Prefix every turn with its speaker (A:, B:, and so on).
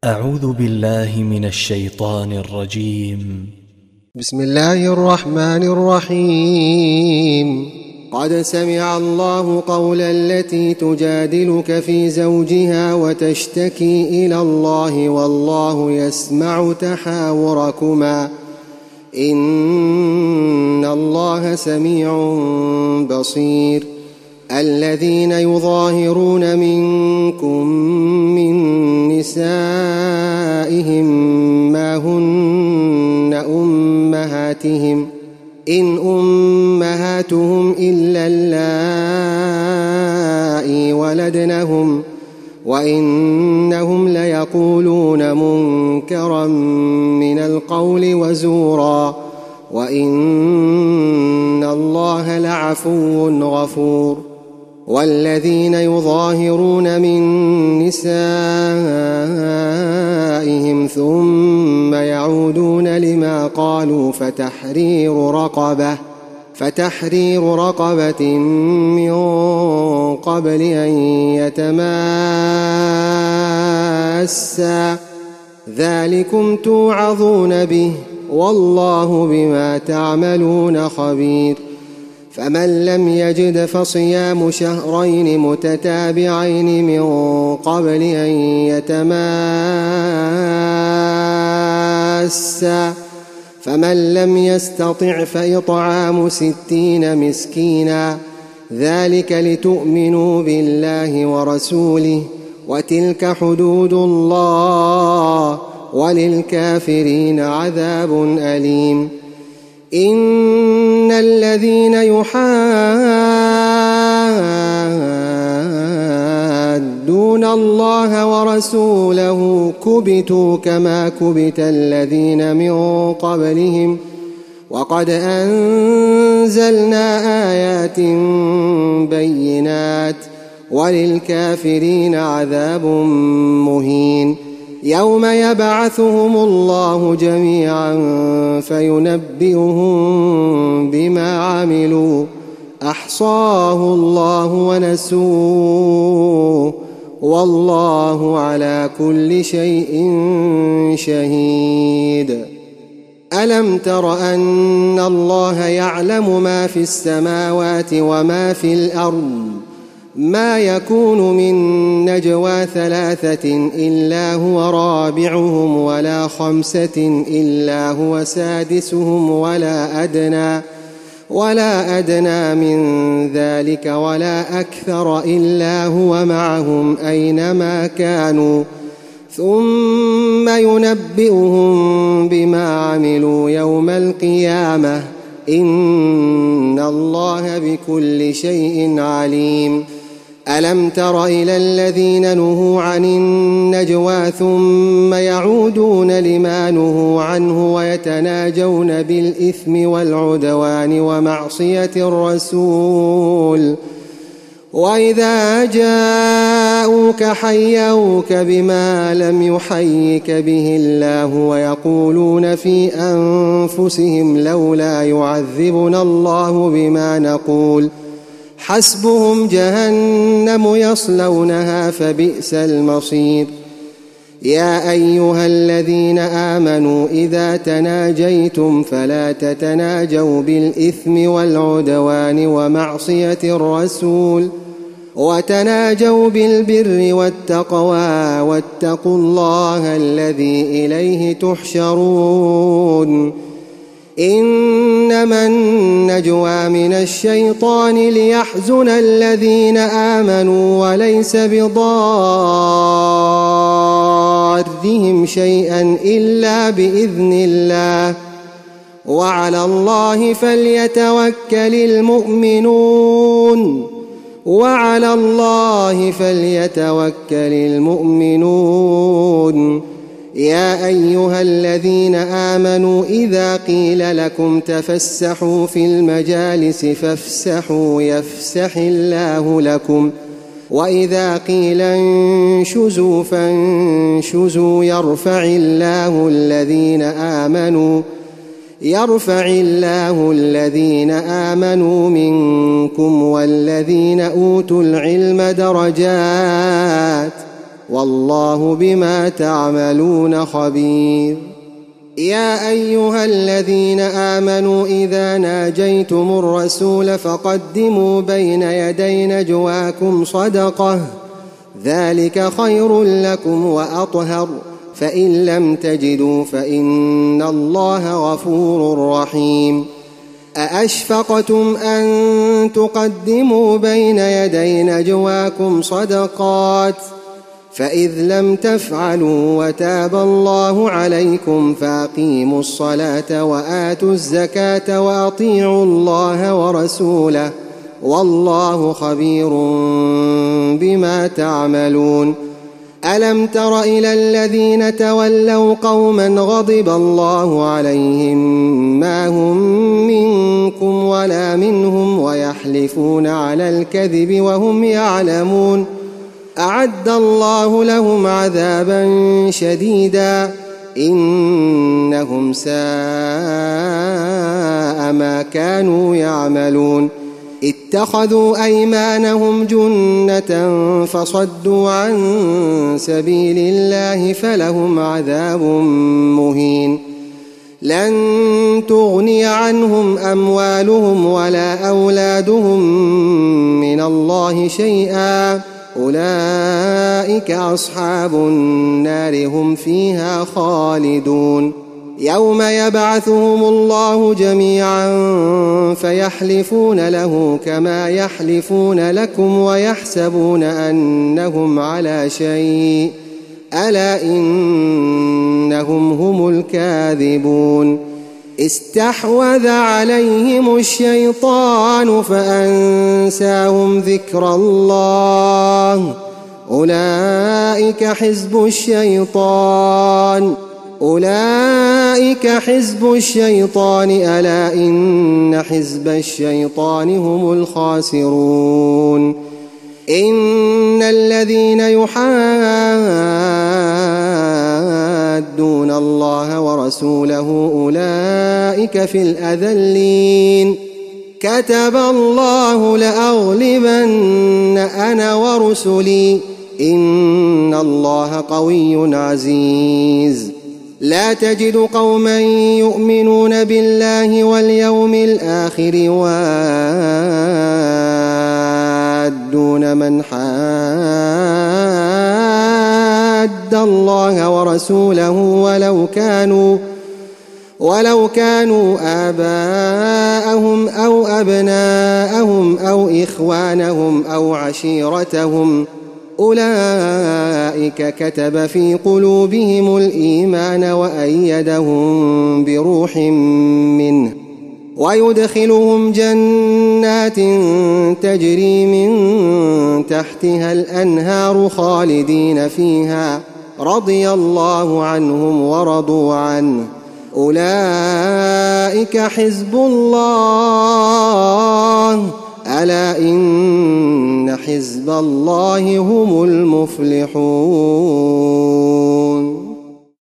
A: أعوذ بالله من الشيطان الرجيم.
B: بسم الله الرحمن الرحيم. قد سمع الله قول التي تجادلك في زوجها وتشتكي إلى الله والله يسمع تحاوركما إن الله سميع بصير. الذين يظاهرون منكم من نسائهم ما هن أمهاتهم إن أمهاتهم إلا اللائي ولدنهم وإنهم ليقولون منكرا من القول وزورا وإن الله لعفو غفور. والذين يظاهرون من نسائهم ثم يعودون لما قالوا فتحرير رقبة من قبل أن يتماسا ذلكم توعظون به والله بما تعملون خبير. فمن لم يجد فصيام شهرين متتابعين من قبل أن يتماسا فمن لم يستطع فإطعام 60 مسكينا ذلك لتؤمنوا بالله ورسوله وتلك حدود الله وللكافرين عذاب أليم. إن الذين يحادون الله ورسوله كبتوا كما كبت الذين من قبلهم وقد أنزلنا آيات بينات وللكافرين عذاب مهين. يوم يبعثهم الله جميعا فينبئهم بما عملوا أحصاه الله ونسوه والله على كل شيء شهيد. ألم تر أن الله يعلم ما في السماوات وما في الأرض ما يكون من نجوى 3 إلا هو رابعهم ولا 5 إلا هو سادسهم ولا أدنى من ذلك ولا أكثر إلا هو معهم أينما كانوا ثم ينبئهم بما عملوا يوم القيامة إن الله بكل شيء عليم. ألم تر إلى الذين نهوا عن النجوى ثم يعودون لما نهوا عنه ويتناجون بالإثم والعدوان ومعصية الرسول وإذا جاءوك حيوك بما لم يحيك به الله ويقولون في أنفسهم لولا يعذبنا الله بما نقول حسبهم جهنم يصلونها فبئس المصير. يا أيها الذين آمنوا إذا تناجيتم فلا تتناجوا بالإثم والعدوان ومعصية الرسول وتناجوا بالبر والتقوى واتقوا الله الذي إليه تحشرون. إنما النجوى من الشيطان ليحزن الذين آمنوا وليس بضارهم شيئا إلا بإذن الله وعلى الله فليتوكل المؤمنون. يا أيها الذين آمنوا إذا قيل لكم تفسحوا في المجالس فافسحوا يفسح الله لكم وإذا قيل انشزوا فانشزوا يرفع الله الذين آمنوا منكم والذين أوتوا العلم درجات والله بما تعملون خبير. يا أيها الذين آمنوا إذا ناجيتم الرسول فقدموا بين يدي نجواكم صدقة، ذلك خير لكم وأطهر، فإن لم تجدوا فإن الله غفور رحيم. أأشفقتم أن تقدموا بين يدي نجواكم صدقات، فإذ لم تفعلوا وتاب الله عليكم فأقيموا الصلاة وآتوا الزكاة وأطيعوا الله ورسوله، والله خبير بما تعملون. ألم تر إلى الذين تولوا قوما غضب الله عليهم ما هم منكم ولا منهم ويحلفون على الكذب وهم يعلمون، أعد الله لهم عذابا شديدا إنهم ساء ما كانوا يعملون. اتخذوا أيمانهم جنة فصدوا عن سبيل الله فلهم عذاب مهين. لن تغني عنهم أموالهم ولا أولادهم من الله شيئا، أولئك أصحاب النار هم فيها خالدون. يوم يبعثهم الله جميعا فيحلفون له كما يحلفون لكم ويحسبون أنهم على شيء، ألا إنهم هم الكاذبون. استحوذ عليهم الشيطان فأنساهم ذكر الله، أولئك حزب الشيطان ألا إن حزب الشيطان هم الخاسرون. إن الذين يحادون الله ورسوله أولئك في الأذلين. كتب الله لأغلبن أنا ورسلي إن الله قوي عزيز. لا تجد قوما يؤمنون بالله واليوم الآخر يوادون من حاد الله ورسوله ولو كانوا آباءهم أو أبناءهم أو إخوانهم أو عشيرتهم، أولئك كتب في قلوبهم الإيمان وأيدهم بروح منه، ويدخلهم جنات تجري من تحتها الأنهار خالدين فيها، رضي الله عنهم ورضوا عنه، أولئك حزب الله، ألا إن حزب الله هم المفلحون.